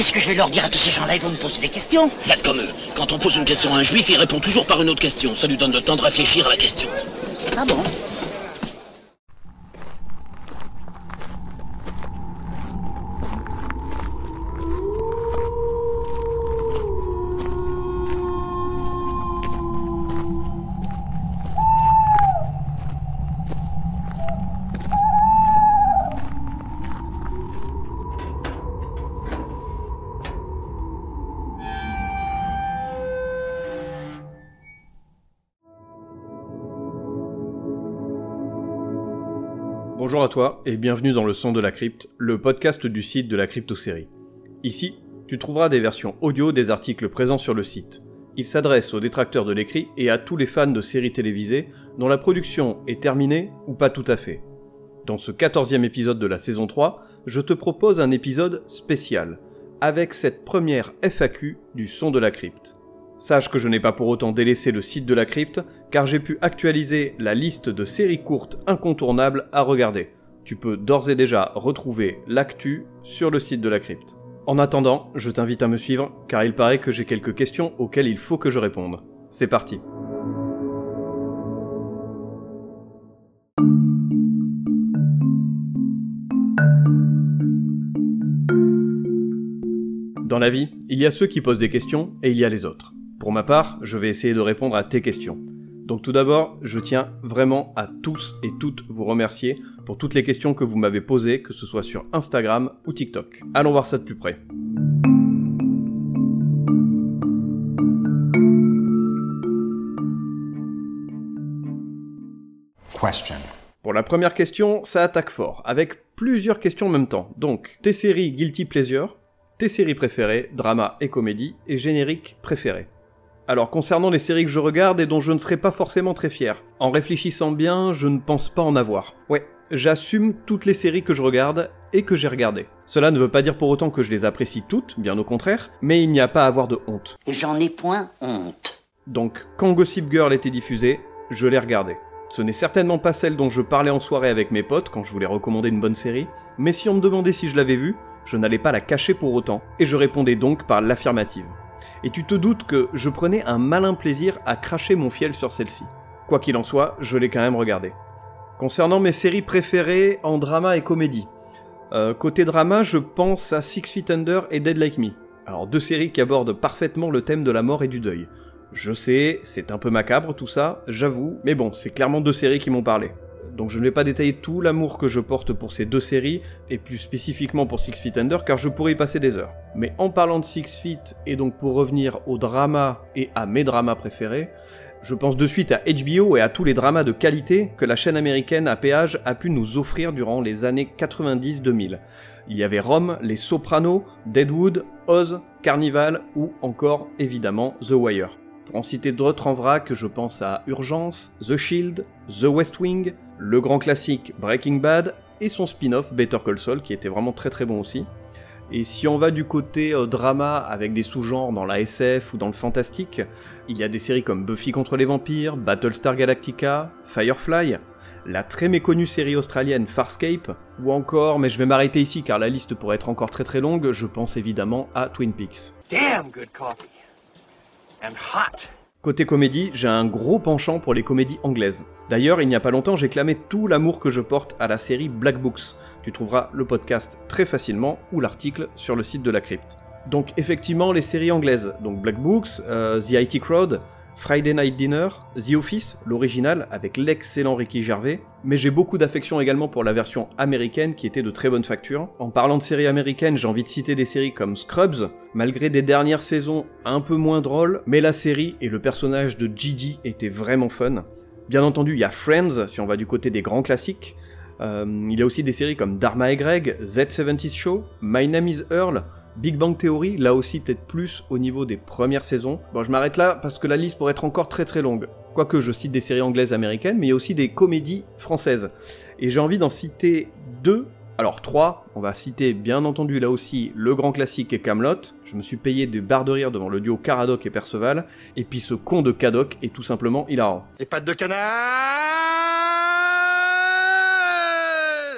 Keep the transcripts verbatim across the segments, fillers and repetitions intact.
qu'est-ce que je vais leur dire à tous ces gens-là? Ils vont me poser des questions. Faites comme eux. Quand on pose une question à un juif, il répond toujours par une autre question. Ça lui donne le temps de réfléchir à la question. Ah bon? Bonjour à toi et bienvenue dans le Son de la Crypte, le podcast du site de la crypto-série. Ici, tu trouveras des versions audio des articles présents sur le site. Il s'adresse aux détracteurs de l'écrit et à tous les fans de séries télévisées dont la production est terminée ou pas tout à fait. Dans ce quatorzième épisode de la saison trois, je te propose un épisode spécial, avec cette première F A Q du Son de la Crypte. Sache que je n'ai pas pour autant délaissé le site de la crypte, car j'ai pu actualiser la liste de séries courtes incontournables à regarder. Tu peux d'ores et déjà retrouver l'actu sur le site de la crypte. En attendant, je t'invite à me suivre, car il paraît que j'ai quelques questions auxquelles il faut que je réponde. C'est parti. Dans la vie, il y a ceux qui posent des questions et il y a les autres. Pour ma part, je vais essayer de répondre à tes questions. Donc tout d'abord, je tiens vraiment à tous et toutes vous remercier pour toutes les questions que vous m'avez posées, que ce soit sur Instagram ou TikTok. Allons voir ça de plus près. Question. Pour la première question, ça attaque fort, avec plusieurs questions en même temps. Donc, tes séries guilty pleasure, tes séries préférées, drama et comédie, et générique préféré. Alors, concernant les séries que je regarde et dont je ne serais pas forcément très fier, en réfléchissant bien, je ne pense pas en avoir. Ouais, j'assume toutes les séries que je regarde et que j'ai regardées. Cela ne veut pas dire pour autant que je les apprécie toutes, bien au contraire, mais il n'y a pas à avoir de honte. Et j'en ai point honte. Donc, quand Gossip Girl était diffusée, je l'ai regardée. Ce n'est certainement pas celle dont je parlais en soirée avec mes potes quand je voulais recommander une bonne série, mais si on me demandait si je l'avais vue, je n'allais pas la cacher pour autant, et je répondais donc par l'affirmative. Et tu te doutes que je prenais un malin plaisir à cracher mon fiel sur celle-ci. Quoi qu'il en soit, je l'ai quand même regardée. Concernant mes séries préférées en drama et comédie, euh, côté drama, je pense à Six Feet Under et Dead Like Me. Alors deux séries qui abordent parfaitement le thème de la mort et du deuil. Je sais, c'est un peu macabre tout ça, j'avoue, mais bon, c'est clairement deux séries qui m'ont parlé. Donc je ne vais pas détailler tout l'amour que je porte pour ces deux séries, et plus spécifiquement pour Six Feet Under, car je pourrais y passer des heures. Mais en parlant de Six Feet, et donc pour revenir au drama et à mes dramas préférés, je pense de suite à H B O et à tous les dramas de qualité que la chaîne américaine à péage a pu nous offrir durant les années quatre-vingt-dix deux mille. Il y avait Rome, Les Sopranos, Deadwood, Oz, Carnival, ou encore, évidemment, The Wire. Pour en citer d'autres en vrac, je pense à Urgence, The Shield, The West Wing, le grand classique Breaking Bad, et son spin-off Better Call Saul, qui était vraiment très très bon aussi. Et si on va du côté euh, drama, avec des sous-genres dans la S F ou dans le fantastique, il y a des séries comme Buffy contre les vampires, Battlestar Galactica, Firefly, la très méconnue série australienne Farscape, ou encore, mais je vais m'arrêter ici car la liste pourrait être encore très très longue, je pense évidemment à Twin Peaks. Damn good coffee. And hot. Côté comédie, j'ai un gros penchant pour les comédies anglaises. D'ailleurs, il n'y a pas longtemps, j'ai clamé tout l'amour que je porte à la série Black Books. Tu trouveras le podcast très facilement, ou l'article sur le site de la crypte. Donc effectivement, les séries anglaises, donc Black Books, euh, The I T Crowd, Friday Night Dinner, The Office, l'original, avec l'excellent Ricky Gervais, mais j'ai beaucoup d'affection également pour la version américaine qui était de très bonne facture. En parlant de séries américaines, j'ai envie de citer des séries comme Scrubs, malgré des dernières saisons un peu moins drôles, mais la série et le personnage de Gigi étaient vraiment fun. Bien entendu, il y a Friends, si on va du côté des grands classiques. Euh, il y a aussi des séries comme Dharma et Greg, Z soixante-dix Show, My Name is Earl, Big Bang Theory, là aussi peut-être plus au niveau des premières saisons. Bon, je m'arrête là parce que la liste pourrait être encore très très longue. Quoique je cite des séries anglaises américaines, mais il y a aussi des comédies françaises. Et j'ai envie d'en citer deux, alors trois, on va citer bien entendu là aussi le grand classique Kaamelott. Je me suis payé des barres de rire devant le duo Caradoc et Perceval, et puis ce con de Cadoc est tout simplement hilarant. Les pattes de canard.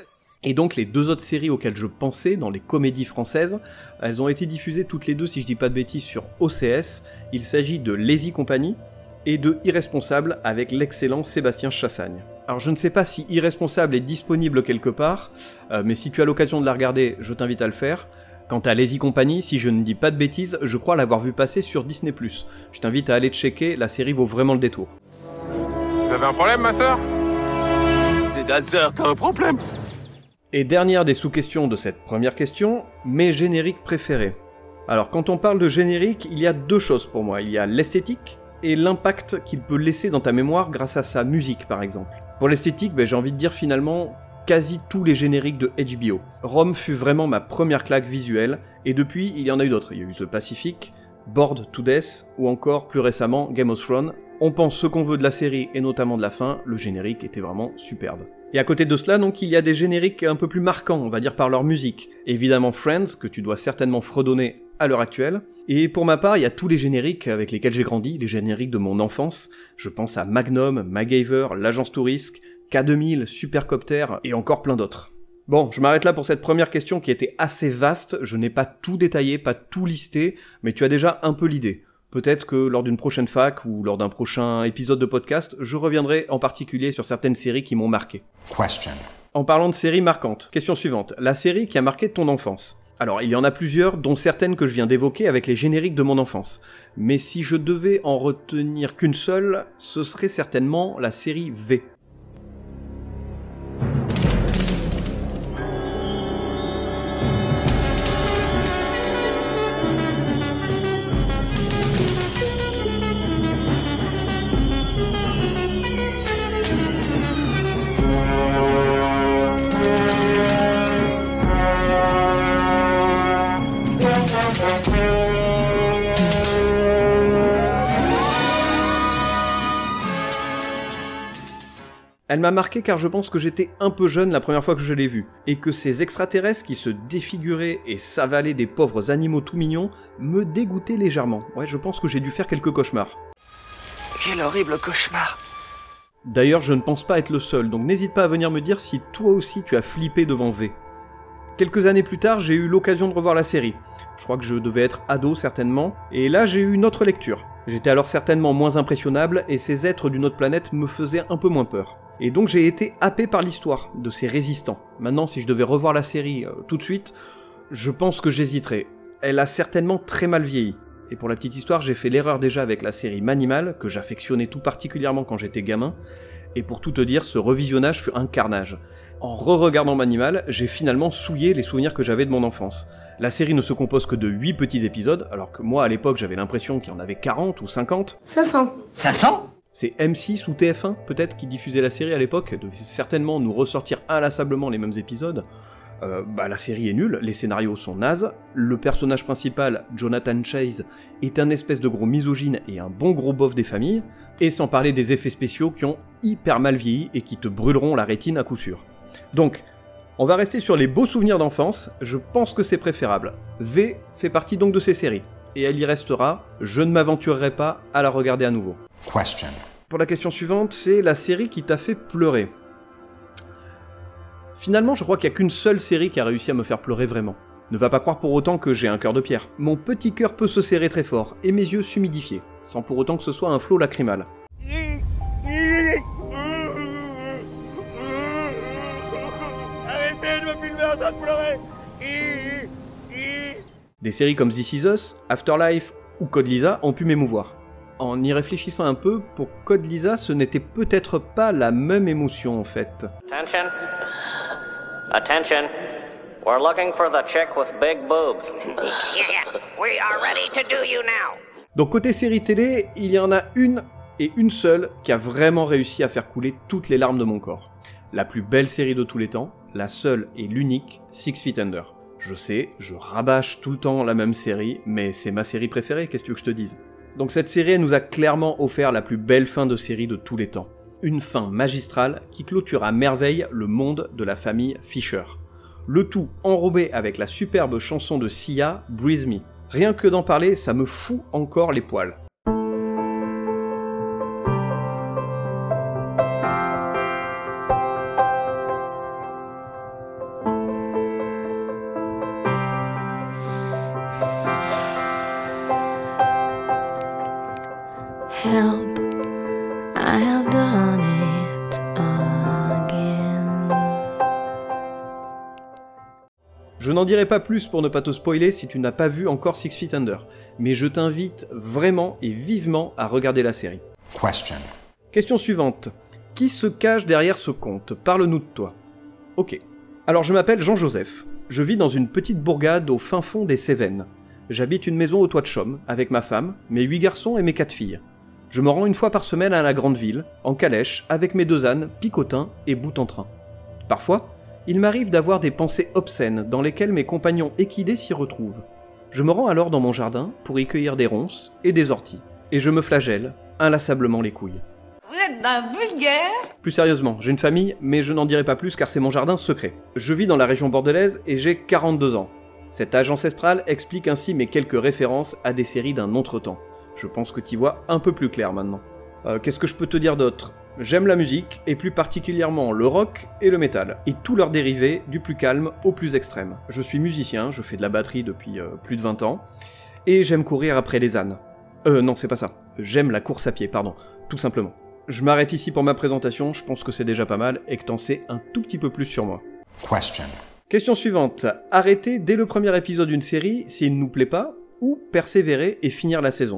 Et donc les deux autres séries auxquelles je pensais, dans les comédies françaises, elles ont été diffusées toutes les deux, si je dis pas de bêtises, sur O C S. Il s'agit de Lazy Company et de Irresponsable avec l'excellent Sébastien Chassagne. Alors je ne sais pas si Irresponsable est disponible quelque part, euh, mais si tu as l'occasion de la regarder, je t'invite à le faire. Quant à Lazy Company, si je ne dis pas de bêtises, je crois l'avoir vu passer sur Disney plus. Je t'invite à aller checker, la série vaut vraiment le détour. Vous avez un problème, ma sœur? C'est ta sœur qui a un problème. Et dernière des sous-questions de cette première question, mes génériques préférés. Alors quand on parle de générique, il y a deux choses pour moi. Il y a l'esthétique et l'impact qu'il peut laisser dans ta mémoire grâce à sa musique par exemple. Pour l'esthétique, ben, j'ai envie de dire finalement quasi tous les génériques de H B O. Rome fut vraiment ma première claque visuelle, et depuis il y en a eu d'autres. Il y a eu The Pacific, Bored to Death, ou encore plus récemment Game of Thrones. On pense ce qu'on veut de la série et notamment de la fin, le générique était vraiment superbe. Et à côté de cela, donc, il y a des génériques un peu plus marquants, on va dire par leur musique. Évidemment Friends, que tu dois certainement fredonner à l'heure actuelle. Et pour ma part, il y a tous les génériques avec lesquels j'ai grandi, les génériques de mon enfance. Je pense à Magnum, MacGyver, l'Agence Touriste, K deux mille, Supercopter et encore plein d'autres. Bon, je m'arrête là pour cette première question qui était assez vaste, je n'ai pas tout détaillé, pas tout listé, mais tu as déjà un peu l'idée. Peut-être que lors d'une prochaine fac ou lors d'un prochain épisode de podcast, je reviendrai en particulier sur certaines séries qui m'ont marqué. Question. En parlant de séries marquantes, question suivante. La série qui a marqué ton enfance. Alors, il y en a plusieurs, dont certaines que je viens d'évoquer avec les génériques de mon enfance. Mais si je devais en retenir qu'une seule, ce serait certainement la série V. Elle m'a marqué car je pense que j'étais un peu jeune la première fois que je l'ai vue, et que ces extraterrestres qui se défiguraient et s'avalaient des pauvres animaux tout mignons me dégoûtaient légèrement. Ouais, je pense que j'ai dû faire quelques cauchemars. Quel horrible cauchemar. D'ailleurs, je ne pense pas être le seul, donc n'hésite pas à venir me dire si toi aussi tu as flippé devant V. Quelques années plus tard, j'ai eu l'occasion de revoir la série. Je crois que je devais être ado certainement, et là j'ai eu une autre lecture. J'étais alors certainement moins impressionnable, et ces êtres d'une autre planète me faisaient un peu moins peur. Et donc j'ai été happé par l'histoire de ces résistants. Maintenant, si je devais revoir la série euh, tout de suite, je pense que j'hésiterais. Elle a certainement très mal vieilli. Et pour la petite histoire, j'ai fait l'erreur déjà avec la série Manimal, que j'affectionnais tout particulièrement quand j'étais gamin, et pour tout te dire, ce revisionnage fut un carnage. En re-regardant Manimal, j'ai finalement souillé les souvenirs que j'avais de mon enfance. La série ne se compose que de huit petits épisodes, alors que moi à l'époque j'avais l'impression qu'il y en avait quarante ou cinquante. cinq cents. cinq cents? C'est M six ou T F un, peut-être, qui diffusait la série à l'époque, devait certainement nous ressortir inlassablement les mêmes épisodes. Euh, bah la série est nulle, les scénarios sont nazes, le personnage principal, Jonathan Chase, est un espèce de gros misogyne et un bon gros bof des familles, et sans parler des effets spéciaux qui ont hyper mal vieilli et qui te brûleront la rétine à coup sûr. Donc, on va rester sur les beaux souvenirs d'enfance, je pense que c'est préférable. V fait partie donc de ces séries, et elle y restera, je ne m'aventurerai pas à la regarder à nouveau. Question. Pour la question suivante, c'est la série qui t'a fait pleurer. Finalement, je crois qu'il n'y a qu'une seule série qui a réussi à me faire pleurer vraiment. Ne va pas croire pour autant que j'ai un cœur de pierre. Mon petit cœur peut se serrer très fort, et mes yeux s'humidifier, sans pour autant que ce soit un flot lacrymal. Arrêtez de me filmer en train de pleurer. Des séries comme This Is Us, Afterlife ou Code Lysa ont pu m'émouvoir. En y réfléchissant un peu, pour Code Lysa, ce n'était peut-être pas la même émotion en fait. Attention. Attention. We're looking for the chick with big boobs. Yeah, we are ready to do you now. Donc côté série télé, il y en a une et une seule qui a vraiment réussi à faire couler toutes les larmes de mon corps. La plus belle série de tous les temps, la seule et l'unique, Six Feet Under. Je sais, je rabâche tout le temps la même série, mais c'est ma série préférée, qu'est-ce que tu veux que je te dise ? Donc cette série, elle nous a clairement offert la plus belle fin de série de tous les temps. Une fin magistrale qui clôture à merveille le monde de la famille Fisher. Le tout enrobé avec la superbe chanson de Sia, Breathe Me. Rien que d'en parler, ça me fout encore les poils. Help, I have done it again. Je n'en dirai pas plus pour ne pas te spoiler si tu n'as pas vu encore Six Feet Under, mais je t'invite vraiment et vivement à regarder la série. Question. Question suivante. Qui se cache derrière ce conte ? Parle-nous de toi. Ok. Alors je m'appelle Jean-Joseph. Je vis dans une petite bourgade au fin fond des Cévennes. J'habite une maison au toit de chaume, avec ma femme, mes huit garçons et mes quatre filles. Je me rends une fois par semaine à la grande ville, en calèche, avec mes deux ânes, Picotin et Bout-en-Train. Parfois, il m'arrive d'avoir des pensées obscènes dans lesquelles mes compagnons équidés s'y retrouvent. Je me rends alors dans mon jardin pour y cueillir des ronces et des orties. Et je me flagelle inlassablement les couilles. Vous êtes un vulgaire ? Plus sérieusement, j'ai une famille, mais je n'en dirai pas plus car c'est mon jardin secret. Je vis dans la région bordelaise et j'ai quarante-deux ans. Cet âge ancestral explique ainsi mes quelques références à des séries d'un autre temps. Je pense que t'y vois un peu plus clair maintenant. Euh, qu'est-ce que je peux te dire d'autre ? J'aime la musique, et plus particulièrement le rock et le métal, et tous leurs dérivés, du plus calme au plus extrême. Je suis musicien, je fais de la batterie depuis euh, plus de vingt ans, et j'aime courir après les ânes. Euh, non, c'est pas ça. J'aime la course à pied, pardon, tout simplement. Je m'arrête ici pour ma présentation, je pense que c'est déjà pas mal, et que t'en sais un tout petit peu plus sur moi. Question. Question suivante. Arrêter dès le premier épisode d'une série s'il ne nous plaît pas, ou persévérer et finir la saison ?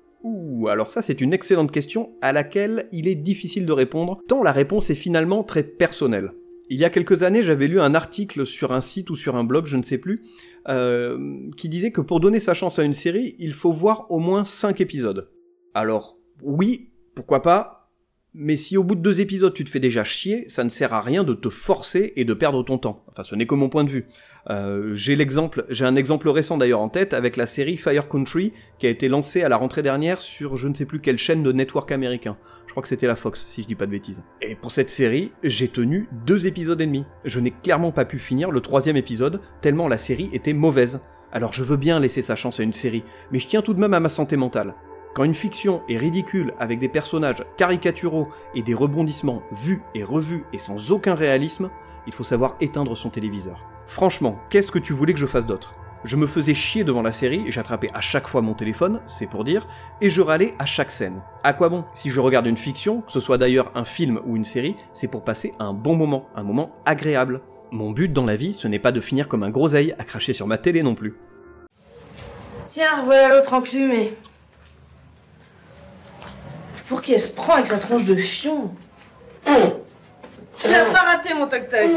Ouh, alors ça c'est une excellente question à laquelle il est difficile de répondre, tant la réponse est finalement très personnelle. Il y a quelques années, j'avais lu un article sur un site ou sur un blog, je ne sais plus, euh, qui disait que pour donner sa chance à une série, il faut voir au moins cinq épisodes. Alors, oui, pourquoi pas, mais si au bout de deux épisodes tu te fais déjà chier, ça ne sert à rien de te forcer et de perdre ton temps. Enfin, ce n'est que mon point de vue. Euh, j'ai l'exemple, j'ai un exemple récent d'ailleurs en tête avec la série Fire Country qui a été lancée à la rentrée dernière sur je ne sais plus quelle chaîne de network américain. Je crois que c'était la Fox, si je dis pas de bêtises. Et pour cette série, j'ai tenu deux épisodes et demi. Je n'ai clairement pas pu finir le troisième épisode, tellement la série était mauvaise. Alors je veux bien laisser sa chance à une série, mais je tiens tout de même à ma santé mentale. Quand une fiction est ridicule avec des personnages caricaturaux et des rebondissements vus et revus et sans aucun réalisme, il faut savoir éteindre son téléviseur. Franchement, qu'est-ce que tu voulais que je fasse d'autre ? Je me faisais chier devant la série, j'attrapais à chaque fois mon téléphone, c'est pour dire, et je râlais à chaque scène. À quoi bon ? Si je regarde une fiction, que ce soit d'ailleurs un film ou une série, c'est pour passer un bon moment, un moment agréable. Mon but dans la vie, ce n'est pas de finir comme un groseille à cracher sur ma télé non plus. Tiens, voilà l'autre enclumé. Pour qui elle se prend avec sa tronche de fion ? Tu n'as pas raté mon toc-toc.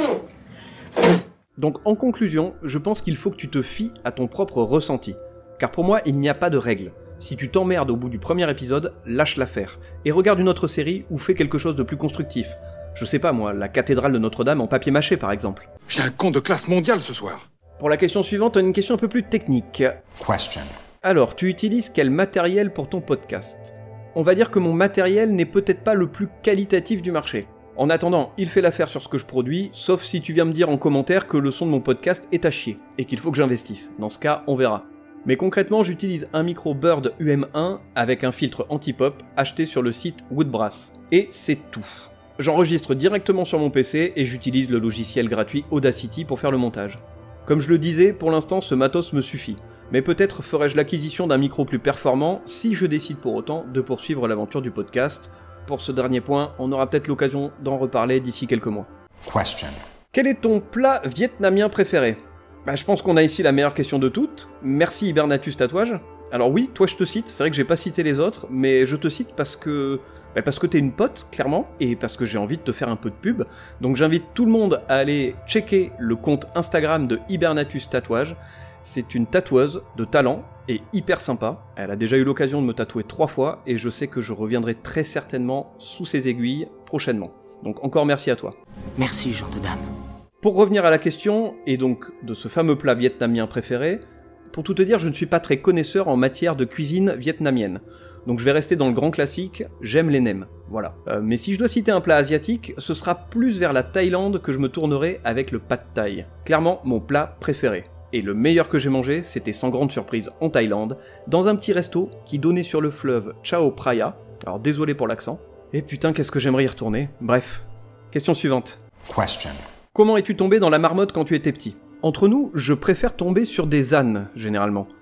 Donc en conclusion, je pense qu'il faut que tu te fies à ton propre ressenti. Car pour moi, il n'y a pas de règle. Si tu t'emmerdes au bout du premier épisode, lâche l'affaire. Et regarde une autre série ou fais quelque chose de plus constructif. Je sais pas moi, la cathédrale de Notre-Dame en papier mâché par exemple. J'ai un con de classe mondiale ce soir. Pour la question suivante, une question un peu plus technique. Question. Alors, tu utilises quel matériel pour ton podcast ? On va dire que mon matériel n'est peut-être pas le plus qualitatif du marché. En attendant, il fait l'affaire sur ce que je produis, sauf si tu viens me dire en commentaire que le son de mon podcast est à chier, et qu'il faut que j'investisse. Dans ce cas, on verra. Mais concrètement, j'utilise un micro Bird U M un avec un filtre anti-pop acheté sur le site Woodbrass. Et c'est tout. J'enregistre directement sur mon P C et j'utilise le logiciel gratuit Audacity pour faire le montage. Comme je le disais, pour l'instant, ce matos me suffit. Mais peut-être ferai-je l'acquisition d'un micro plus performant si je décide pour autant de poursuivre l'aventure du podcast. Pour ce dernier point, on aura peut-être l'occasion d'en reparler d'ici quelques mois. Question. Quel est ton plat vietnamien préféré ? Bah, je pense qu'on a ici la meilleure question de toutes. Merci Hibernatus Tatouage. Alors oui, toi je te cite, c'est vrai que j'ai pas cité les autres, mais je te cite parce que... Bah parce que t'es une pote, clairement, et parce que j'ai envie de te faire un peu de pub. Donc j'invite tout le monde à aller checker le compte Instagram de Hibernatus Tatouage. C'est une tatoueuse de talent et hyper sympa. Elle a déjà eu l'occasion de me tatouer trois fois et je sais que je reviendrai très certainement sous ses aiguilles prochainement. Donc encore merci à toi. Merci, genre de dame. Pour revenir à la question, et donc de ce fameux plat vietnamien préféré, pour tout te dire, je ne suis pas très connaisseur en matière de cuisine vietnamienne. Donc je vais rester dans le grand classique, j'aime les nems, voilà. Euh, mais si je dois citer un plat asiatique, ce sera plus vers la Thaïlande que je me tournerai avec le pad thai. Clairement mon plat préféré. Et le meilleur que j'ai mangé, c'était sans grande surprise en Thaïlande, dans un petit resto qui donnait sur le fleuve Chao Phraya, alors désolé pour l'accent, et putain qu'est-ce que j'aimerais y retourner, bref. Question suivante. Question. Comment es-tu tombé dans la marmotte quand tu étais petit ? Entre nous, je préfère tomber sur des ânes, généralement.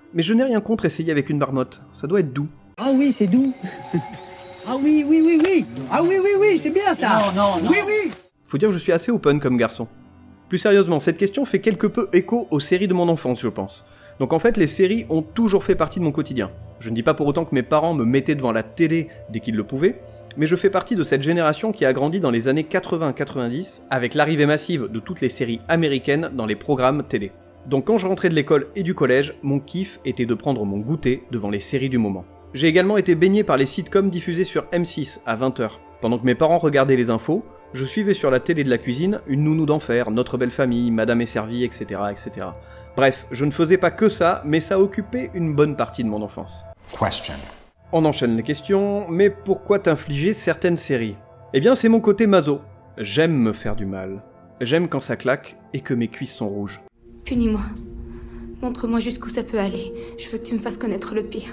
Mais je n'ai rien contre essayer avec une marmotte, ça doit être doux. Ah oui, c'est doux. Ah oui, oui, oui, oui. Ah oui, oui, oui, c'est bien ça. Non, non, non. Oui, oui. Faut dire que je suis assez open comme garçon. Plus sérieusement, cette question fait quelque peu écho aux séries de mon enfance, je pense. Donc en fait, les séries ont toujours fait partie de mon quotidien. Je ne dis pas pour autant que mes parents me mettaient devant la télé dès qu'ils le pouvaient, mais je fais partie de cette génération qui a grandi dans les années quatre-vingts quatre-vingt-dix avec l'arrivée massive de toutes les séries américaines dans les programmes télé. Donc quand je rentrais de l'école et du collège, mon kiff était de prendre mon goûter devant les séries du moment. J'ai également été baigné par les sitcoms diffusés sur M six à vingt heures. Pendant que mes parents regardaient les infos, je suivais sur la télé de la cuisine Une nounou d'enfer, Notre belle famille, Madame est servie, et cetera, et cetera. Bref, je ne faisais pas que ça, mais ça occupait une bonne partie de mon enfance. Question. On enchaîne les questions, mais pourquoi t'infliger certaines séries ? Eh bien, c'est mon côté maso. J'aime me faire du mal. J'aime quand ça claque et que mes cuisses sont rouges. Punis-moi. Montre-moi jusqu'où ça peut aller. Je veux que tu me fasses connaître le pire.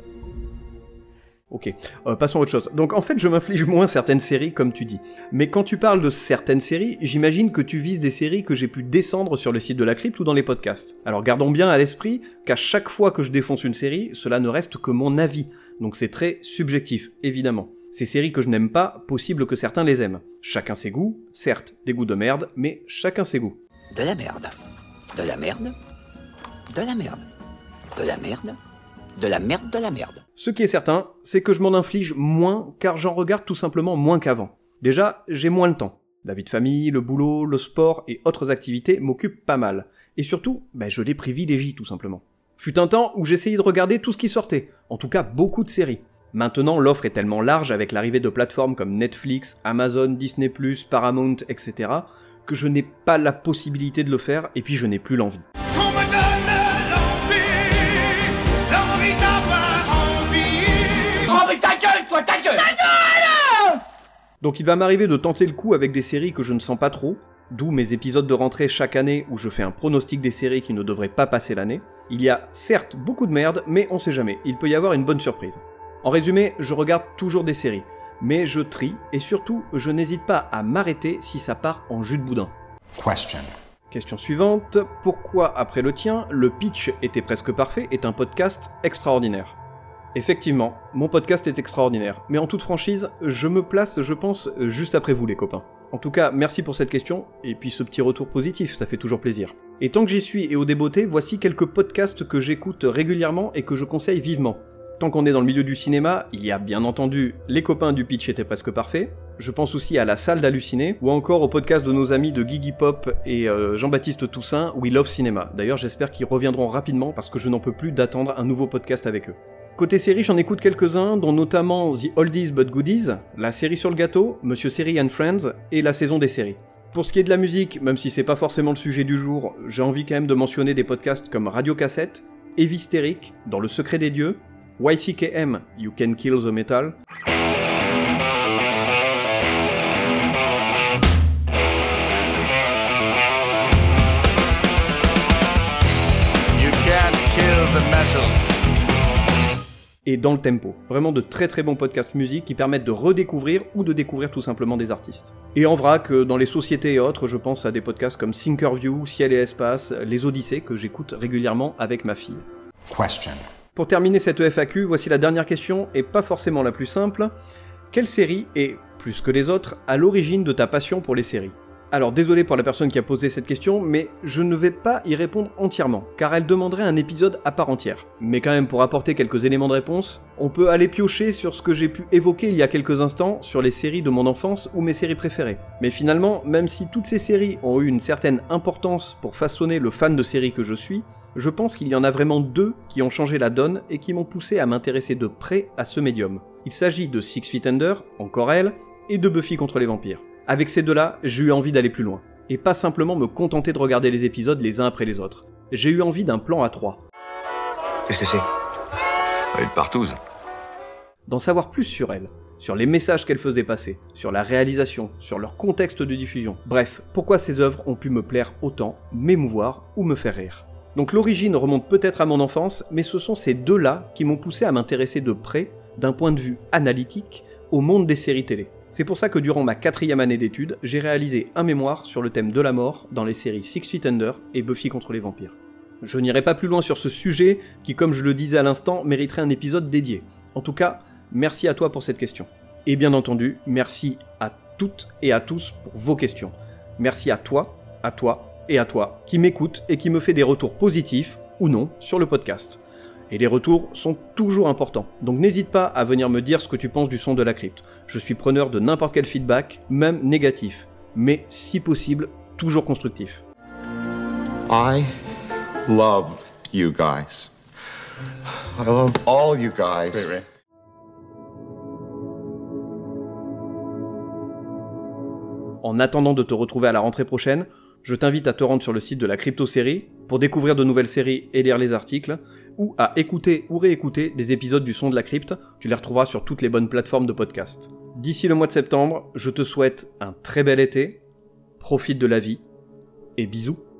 Ok, euh, passons à autre chose. Donc en fait, je m'inflige moins certaines séries, comme tu dis. Mais quand tu parles de certaines séries, j'imagine que tu vises des séries que j'ai pu descendre sur le site de la crypte ou dans les podcasts. Alors gardons bien à l'esprit qu'à chaque fois que je défonce une série, cela ne reste que mon avis. Donc c'est très subjectif, évidemment. Ces séries que je n'aime pas, possible que certains les aiment. Chacun ses goûts, certes, des goûts de merde, mais chacun ses goûts. De la merde. De la merde. De la merde. De la merde. De la merde, de la merde. Ce qui est certain, c'est que je m'en inflige moins, car j'en regarde tout simplement moins qu'avant. Déjà, j'ai moins le temps. La vie de famille, le boulot, le sport et autres activités m'occupent pas mal. Et surtout, ben, je les privilégie tout simplement. Fut un temps où j'essayais de regarder tout ce qui sortait, en tout cas beaucoup de séries. Maintenant, l'offre est tellement large avec l'arrivée de plateformes comme Netflix, Amazon, Disney plus, Paramount, et cetera, que je n'ai pas la possibilité de le faire, et puis je n'ai plus l'envie. Oh mais ta gueule, toi, ta gueule. Ta gueule. Donc il va m'arriver de tenter le coup avec des séries que je ne sens pas trop, d'où mes épisodes de rentrée chaque année où je fais un pronostic des séries qui ne devraient pas passer l'année. Il y a certes beaucoup de merde, mais on sait jamais, il peut y avoir une bonne surprise. En résumé, je regarde toujours des séries, mais je trie, et surtout, je n'hésite pas à m'arrêter si ça part en jus de boudin. Question. Question suivante, pourquoi après le tien, le pitch était presque parfait est un podcast extraordinaire ? Effectivement, mon podcast est extraordinaire, mais en toute franchise, je me place, je pense, juste après vous les copains. En tout cas, merci pour cette question, et puis ce petit retour positif, ça fait toujours plaisir. Et tant que j'y suis et au débeauté, voici quelques podcasts que j'écoute régulièrement et que je conseille vivement. Tant qu'on est dans le milieu du cinéma, il y a bien entendu Les copains du pitch étaient presque parfaits, je pense aussi à La salle d'halluciner, ou encore au podcast de nos amis de Gigi Pop et euh, Jean-Baptiste Toussaint, We Love Cinéma. D'ailleurs, j'espère qu'ils reviendront rapidement parce que je n'en peux plus d'attendre un nouveau podcast avec eux. Côté série, j'en écoute quelques-uns, dont notamment The Oldies But Goodies, la série sur le gâteau, Monsieur Série and Friends, et la saison des séries. Pour ce qui est de la musique, même si c'est pas forcément le sujet du jour, j'ai envie quand même de mentionner des podcasts comme Radio Cassette, Evistérique, Dans le secret des dieux, Y C K M, You Can Kill the Metal, You can't kill the metal. et Dans le tempo. Vraiment de très très bons podcasts musique qui permettent de redécouvrir ou de découvrir tout simplement des artistes. Et en vrac, dans les sociétés et autres, je pense à des podcasts comme Thinkerview, Ciel et Espace, Les Odyssées que j'écoute régulièrement avec ma fille. Question. Pour terminer cette F A Q, voici la dernière question, et pas forcément la plus simple. Quelle série est, plus que les autres, à l'origine de ta passion pour les séries ? Alors désolé pour la personne qui a posé cette question, mais je ne vais pas y répondre entièrement, car elle demanderait un épisode à part entière. Mais quand même, pour apporter quelques éléments de réponse, on peut aller piocher sur ce que j'ai pu évoquer il y a quelques instants sur les séries de mon enfance ou mes séries préférées. Mais finalement, même si toutes ces séries ont eu une certaine importance pour façonner le fan de séries que je suis, je pense qu'il y en a vraiment deux qui ont changé la donne et qui m'ont poussé à m'intéresser de près à ce médium. Il s'agit de Six Feet Under, encore elle, et de Buffy contre les vampires. Avec ces deux-là, j'ai eu envie d'aller plus loin, et pas simplement me contenter de regarder les épisodes les uns après les autres. J'ai eu envie d'un plan à trois. Qu'est-ce que c'est ? Une partouze. D'en savoir plus sur elle, sur les messages qu'elle faisait passer, sur la réalisation, sur leur contexte de diffusion. Bref, pourquoi ces œuvres ont pu me plaire autant, m'émouvoir ou me faire rire. Donc l'origine remonte peut-être à mon enfance, mais ce sont ces deux-là qui m'ont poussé à m'intéresser de près, d'un point de vue analytique, au monde des séries télé. C'est pour ça que durant ma quatrième année d'études, j'ai réalisé un mémoire sur le thème de la mort dans les séries Six Feet Under et Buffy contre les vampires. Je n'irai pas plus loin sur ce sujet qui, comme je le disais à l'instant, mériterait un épisode dédié. En tout cas, merci à toi pour cette question. Et bien entendu, merci à toutes et à tous pour vos questions. Merci à toi, à toi et à toi qui m'écoute et qui me fait des retours positifs ou non sur le podcast. Et les retours sont toujours importants, donc n'hésite pas à venir me dire ce que tu penses du son de la crypte. Je suis preneur de n'importe quel feedback, même négatif, mais si possible, toujours constructif. I love you guys. I love all you guys. Wait, wait. En attendant de te retrouver à la rentrée prochaine, je t'invite à te rendre sur le site de la Crypto-série pour découvrir de nouvelles séries et lire les articles, ou à écouter ou réécouter des épisodes du Son de la Crypte, tu les retrouveras sur toutes les bonnes plateformes de podcast. D'ici le mois de septembre, je te souhaite un très bel été, profite de la vie, et bisous.